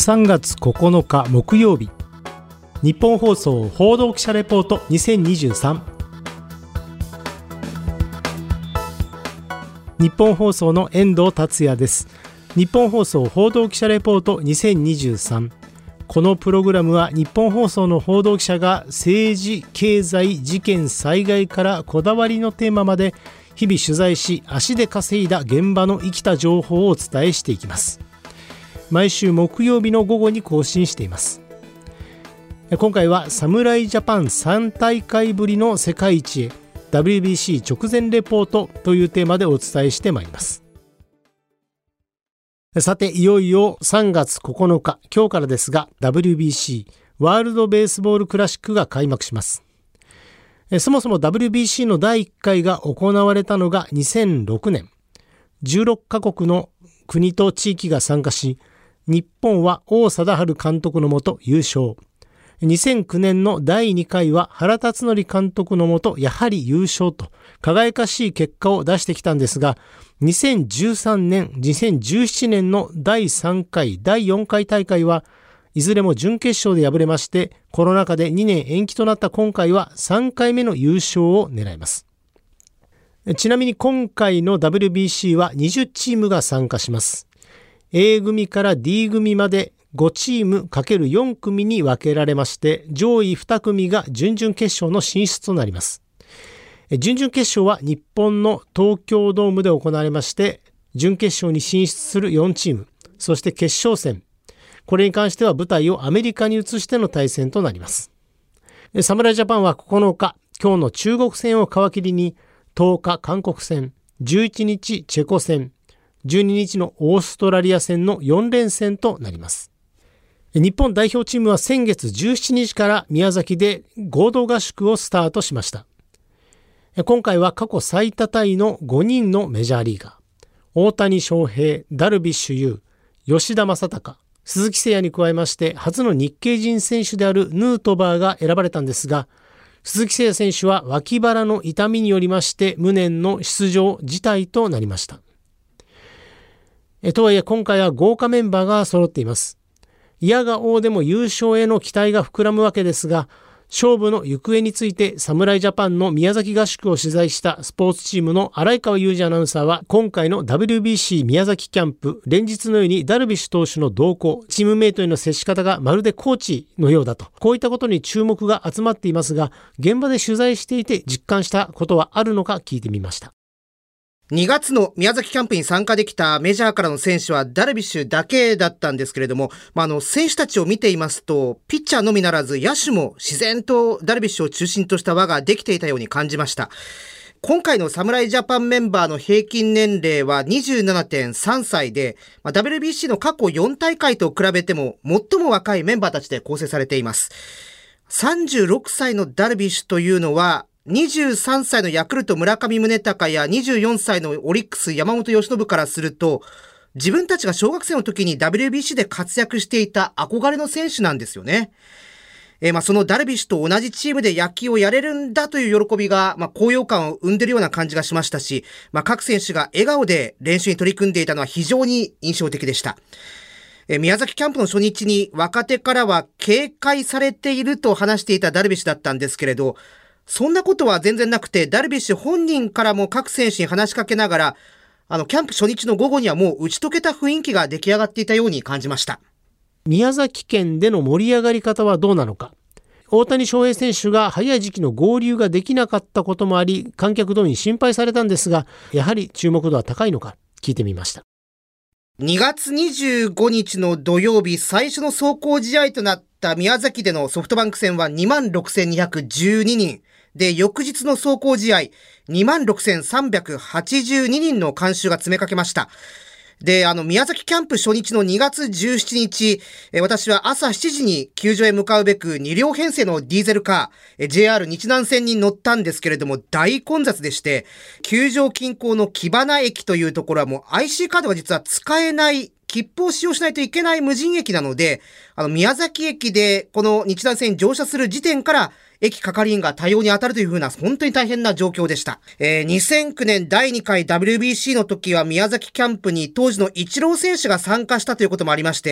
3月9日木曜日、日本放送報道記者レポート2023。日本放送の遠藤達也です。日本放送報道記者レポート2023。このプログラムは日本放送の報道記者が政治、経済、事件、災害からこだわりのテーマまで日々取材し、足で稼いだ現場の生きた情報をお伝えしていきます。毎週木曜日の午後に更新しています。今回は侍ジャパン3大会ぶりの世界一へ WBC 直前レポートというテーマでお伝えしてまいります。さて、いよいよ3月9日、今日からですが WBC ワールドベースボールクラシックが開幕します。そもそも WBC の第1回が行われたのが2006年。16カ国の国と地域が参加し、日本は王貞治監督のもと優勝。2009年の第2回は原辰徳監督のもとやはり優勝と輝かしい結果を出してきたんですが、2013年、2017年の第3回、第4回大会はいずれも準決勝で敗れまして、コロナ禍で2年延期となった今回は3回目の優勝を狙います。ちなみに今回の WBC は20チームが参加します。A 組から D 組まで5チーム ×4 組に分けられまして、上位2組が準々決勝の進出となります。準々決勝は日本の東京ドームで行われまして、準決勝に進出する4チーム、そして決勝戦、これに関しては舞台をアメリカに移しての対戦となります。侍ジャパンは9日、今日の中国戦を皮切りに10日韓国戦、11日チェコ戦、12日のオーストラリア戦の4連戦となります。日本代表チームは先月17日から宮崎で合同合宿をスタートしました。今回は過去最多タイの5人のメジャーリーガー、大谷翔平、ダルビッシュ有、吉田正尚、鈴木誠也に加えまして初の日系人選手であるヌートバーが選ばれたんですが、鈴木誠也選手は脇腹の痛みによりまして無念の出場辞退となりました。とはいえ今回は豪華メンバーが揃っています。否が応でも優勝への期待が膨らむわけですが、勝負の行方について侍ジャパンの宮崎合宿を取材したスポーツチームの荒井川裕二アナウンサーは、今回の WBC 宮崎キャンプ、連日のようにダルビッシュ投手の動向、チームメイトへの接し方がまるでコーチのようだと、こういったことに注目が集まっていますが、現場で取材していて実感したことはあるのか聞いてみました。 2月の宮崎キャンプに参加できたメジャーからの選手はダルビッシュだけだったんですけれども、選手たちを見ていますと、ピッチャーのみならず野手も自然とダルビッシュを中心とした輪ができていたように感じました。今回の侍ジャパンメンバーの平均年齢は 27.3 歳で、WBC の過去4大会と比べても最も若いメンバーたちで構成されています。36歳のダルビッシュというのは、23歳のヤクルト村上宗隆や24歳のオリックス山本由伸からすると、自分たちが小学生の時に WBC で活躍していた憧れの選手なんですよね。そのダルビッシュと同じチームで野球をやれるんだという喜びが、高揚感を生んでいるような感じがしましたし、各選手が笑顔で練習に取り組んでいたのは非常に印象的でした。宮崎キャンプの初日に若手からは警戒されていると話していたダルビッシュだったんですけれど、そんなことは全然なくて、ダルビッシュ本人からも各選手に話しかけながら、キャンプ初日の午後にはもう打ち解けた雰囲気が出来上がっていたように感じました。 宮崎県での盛り上がり方はどうなのか。大谷翔平選手が早い時期の合流ができなかったこともあり、観客動員心配されたんですが、やはり注目度は高いのか聞いてみました。 2月25日の土曜日、最初の壮行試合となった宮崎でのソフトバンク戦は 26,212 人。で、翌日の壮行試合、26,382 人の観衆が詰めかけました。で、宮崎キャンプ初日の2月17日、私は朝7時に球場へ向かうべく2両編成のディーゼルカー、JR 日南線に乗ったんですけれども、大混雑でして、球場近郊の木花駅というところはもう IC カードが実は使えない基切符を使用しないといけない無人駅なので、宮崎駅でこの日大戦乗車する時点から駅係員が対応に当たるというふうな本当に大変な状況でした。2009年第2回 WBC の時は宮崎キャンプに当時のイチロー選手が参加したということもありまして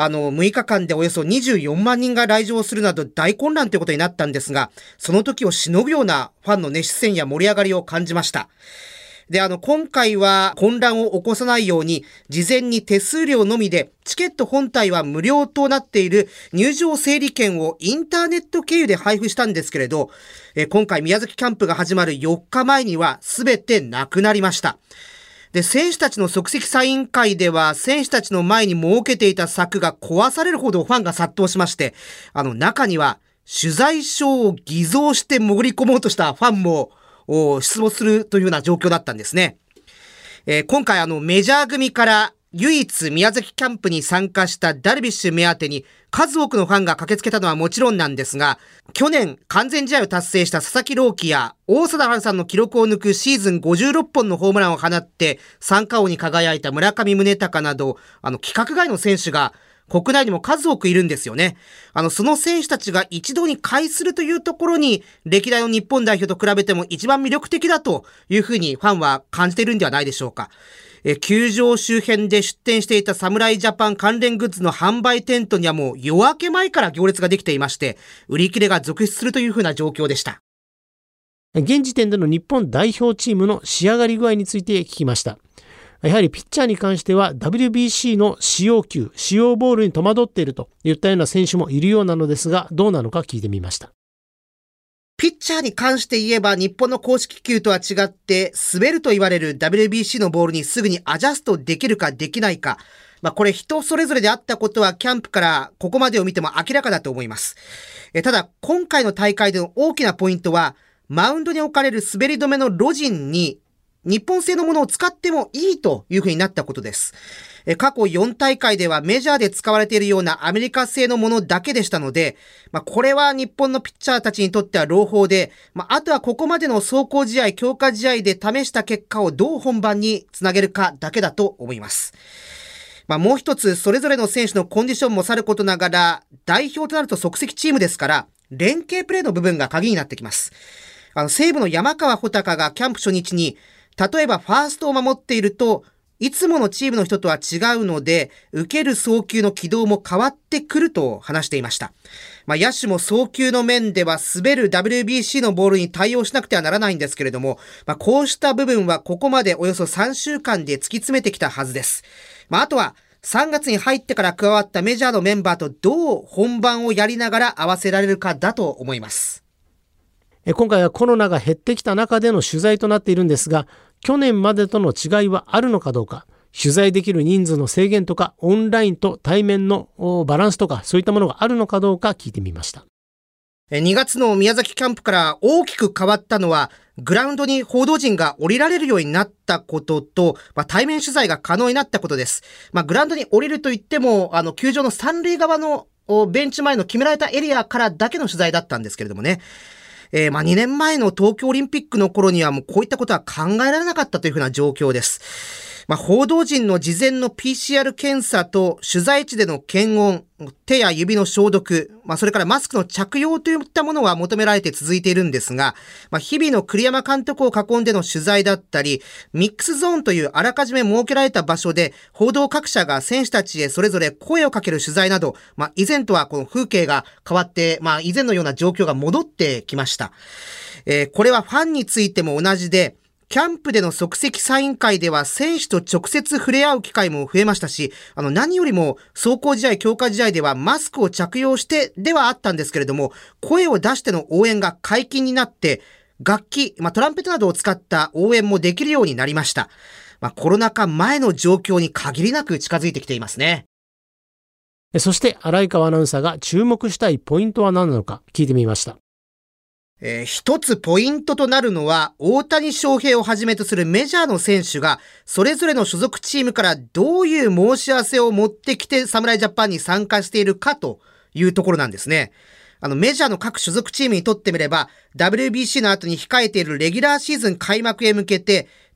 、6日間でおよそ24万人が来場するなど大混乱ということになったんですが、その時をしのぐようなファンの熱視線や盛り上がりを感じました。で、今回は混乱を起こさないように、事前に手数料のみで、チケット本体は無料となっている入場整理券をインターネット経由で配布したんですけれど、今回宮崎キャンプが始まる4日前には全てなくなりました。で、選手たちの即席サイン会では、選手たちの前に設けていた柵が壊されるほどファンが殺到しまして、中には取材証を偽造して潜り込もうとしたファンも出没するというような状況だったんですね。今回メジャー組から唯一宮崎キャンプに参加したダルビッシュ目当てに数多くのファンが駆けつけたのはもちろんなんですが、去年完全試合を達成した佐々木朗希や大貞治さんの記録を抜くシーズン56本のホームランを放って三冠王に輝いた村上宗隆など規格外の選手が国内にも数多くいるんですよね。その選手たちが一堂に会するというところに、歴代の日本代表と比べても一番魅力的だというふうにファンは感じているんではないでしょうか。球場周辺で出店していた侍ジャパン関連グッズの販売テントにはもう夜明け前から行列ができていまして、売り切れが続出するというふうな状況でした。 現時点での日本代表チームの仕上がり具合について聞きました。やはりピッチャーに関しては WBC の使用球、使用ボールに戸惑っているといったような選手もいるようなのですが、どうなのか聞いてみました。 ピッチャーに関して言えば日本の公式球とは違って滑ると言われる WBC のボールにすぐにアジャストできるかできないか。これ人それぞれであったことはキャンプからここまでを見ても明らかだと思います。ただ今回の大会での大きなポイントはマウンドに置かれる滑り止めのロジンに日本製のものを使ってもいいというふうになったことです。過去4大会ではメジャーで使われているようなアメリカ製のものだけでしたので、これは日本のピッチャーたちにとっては朗報で、あとはここまでの壮行試合、強化試合で試した結果をどう本番につなげるかだけだと思います。もう一つ、それぞれの選手のコンディションもさることながら、代表となると即席チームですから、連携プレーの部分が鍵になってきます。西武の山川穂高がキャンプ初日に、例えばファーストを守っていると、いつものチームの人とは違うので、受ける送球の軌道も変わってくると話していました。野手も送球の面では滑る WBC のボールに対応しなくてはならないんですけれども、こうした部分はここまでおよそ3週間で突き詰めてきたはずです。あとは3月に入ってから加わったメジャーのメンバーとどう本番をやりながら合わせられるかだと思います。 今回はコロナが減ってきた中での取材となっているんですが、去年までとの違いはあるのかどうか、取材できる人数の制限とかオンラインと対面のバランスとかそういったものがあるのかどうか聞いてみました。 2月の宮崎キャンプから大きく変わったのは、グラウンドに報道陣が降りられるようになったことと、対面取材が可能になったことです。グラウンドに降りるといっても、球場の三塁側のベンチ前の決められたエリアからだけの取材だったんですけれどもね。2年前の東京オリンピックの頃にはもうこういったことは考えられなかったというふうな状況です。報道陣の事前の PCR 検査と取材地での検温、手や指の消毒、それからマスクの着用といったものが求められて続いているんですが、日々の栗山監督を囲んでの取材だったり、ミックスゾーンというあらかじめ設けられた場所で報道各社が選手たちへそれぞれ声をかける取材など、以前とはこの風景が変わって、以前のような状況が戻ってきました。これはファンについても同じで、キャンプでの即席サイン会では選手と直接触れ合う機会も増えましたし、何よりも壮行試合、強化試合ではマスクを着用してではあったんですけれども、声を出しての応援が解禁になって、楽器、トランペットなどを使った応援もできるようになりました。コロナ禍前の状況に限りなく近づいてきていますね。 そして荒井川アナウンサーが注目したいポイントは何なのか聞いてみました。 一つポイントとなるのは、大谷翔平をはじめとするメジャーの選手が、それぞれの所属チームからどういう申し合わせを持ってきて、侍ジャパンに参加しているかというところなんですね。メジャーの各所属チームにとってみれば、WBC の後に控えているレギュラーシーズン開幕へ向けて、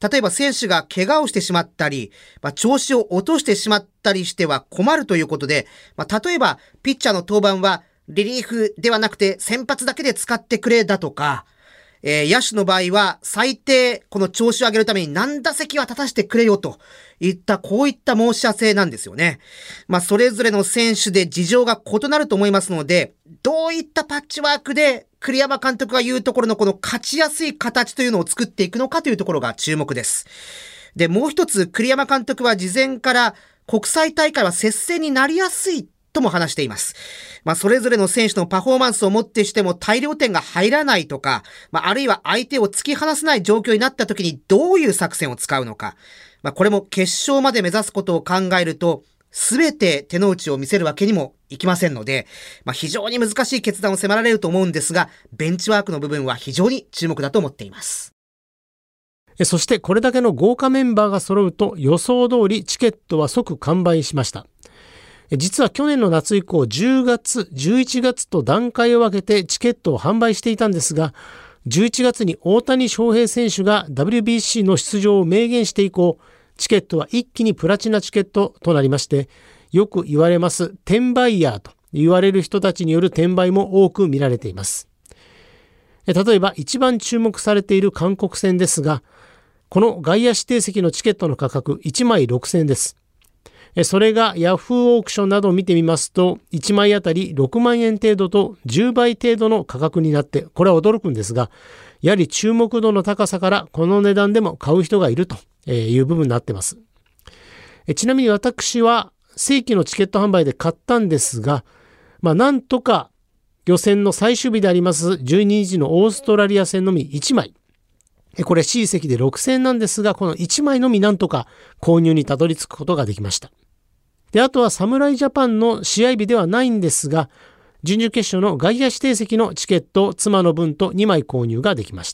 例えば選手が怪我をしてしまったり、調子を落としてしまったりしては困るということで、例えばピッチャーの登板はリリーフではなくて先発だけで使ってくれだとか、野手の場合は最低この調子を上げるために何打席は立たせてくれよといったこういった申し合わせなんですよね。それぞれの選手で事情が異なると思いますので、どういったパッチワークで栗山監督が言うところのこの勝ちやすい形というのを作っていくのかというところが注目です。で、もう一つ栗山監督は事前から国際大会は接戦になりやすいとも話しています。それぞれの選手のパフォーマンスをもってしても大量点が入らないとか、あるいは相手を突き放せない状況になった時にどういう作戦を使うのか、これも決勝まで目指すことを考えると、すべて手の内を見せるわけにもいきませんので、非常に難しい決断を迫られると思うんですが、ベンチワークの部分は非常に注目だと思っています。 そしてこれだけの豪華メンバーが揃うと予想通りチケットは即完売しました。実は去年の夏以降10月、11月と段階を分けてチケットを販売していたんですが、11月に大谷翔平選手が WBC の出場を明言して以降、チケットは一気にプラチナチケットとなりまして、よく言われます転売ヤーと言われる人たちによる転売も多く見られています。例えば一番注目されている韓国戦ですが、この外野指定席のチケットの価格1枚6000円です。それがヤフーオークションなどを見てみますと、1枚あたり6万円程度と10倍程度の価格になって、これは驚くんですが、やはり注目度の高さからこの値段でも買う人がいるという部分になっています。ちなみに私は正規のチケット販売で買ったんですが、なんとか予選の最終日であります12日のオーストラリア戦のみ1枚。これ C 席で6000円なんですが、この1枚のみなんとか購入にたどり着くことができました。で、あとは侍ジャパンの試合日ではないんですが、準々決勝の外野指定席のチケットを妻の分と2枚購入ができました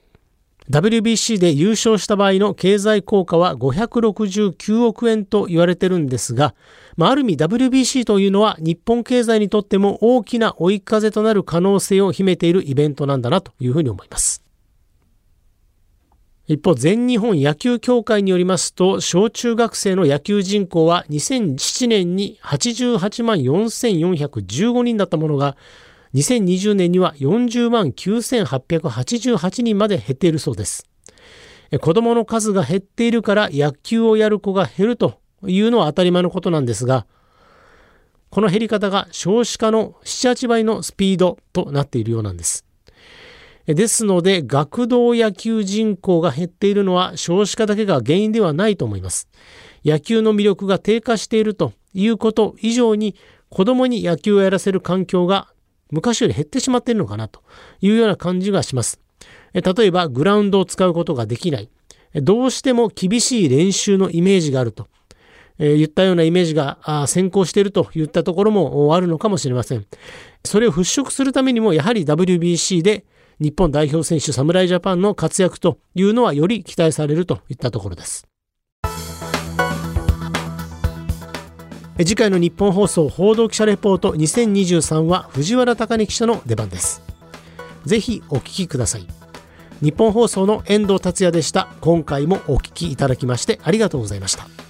。WBC で優勝した場合の経済効果は569億円と言われてるんですが、ある意味 WBC というのは日本経済にとっても大きな追い風となる可能性を秘めているイベントなんだなというふうに思います。一方、全日本野球協会によりますと、小中学生の野球人口は2007年に88万4415人だったものが、2020年には40万9888人まで減っているそうです。子どもの数が減っているから野球をやる子が減るというのは当たり前のことなんですが、この減り方が少子化の 7,8 倍のスピードとなっているようなんです。ですので、学童野球人口が減っているのは少子化だけが原因ではないと思います。野球の魅力が低下しているということ以上に、子どもに野球をやらせる環境が昔より減ってしまっているのかなというような感じがします。例えばグラウンドを使うことができない。どうしても厳しい練習のイメージがあると。言ったようなイメージが先行しているといったところもあるのかもしれません。それを払拭するためにもやはり WBC で日本代表選手侍ジャパンの活躍というのはより期待されるといったところです。次回の日本放送報道記者レポート2023は藤原貴根記者の出番です。ぜひお聞きください。日本放送の遠藤達也でした。今回もお聞きいただきましてありがとうございました。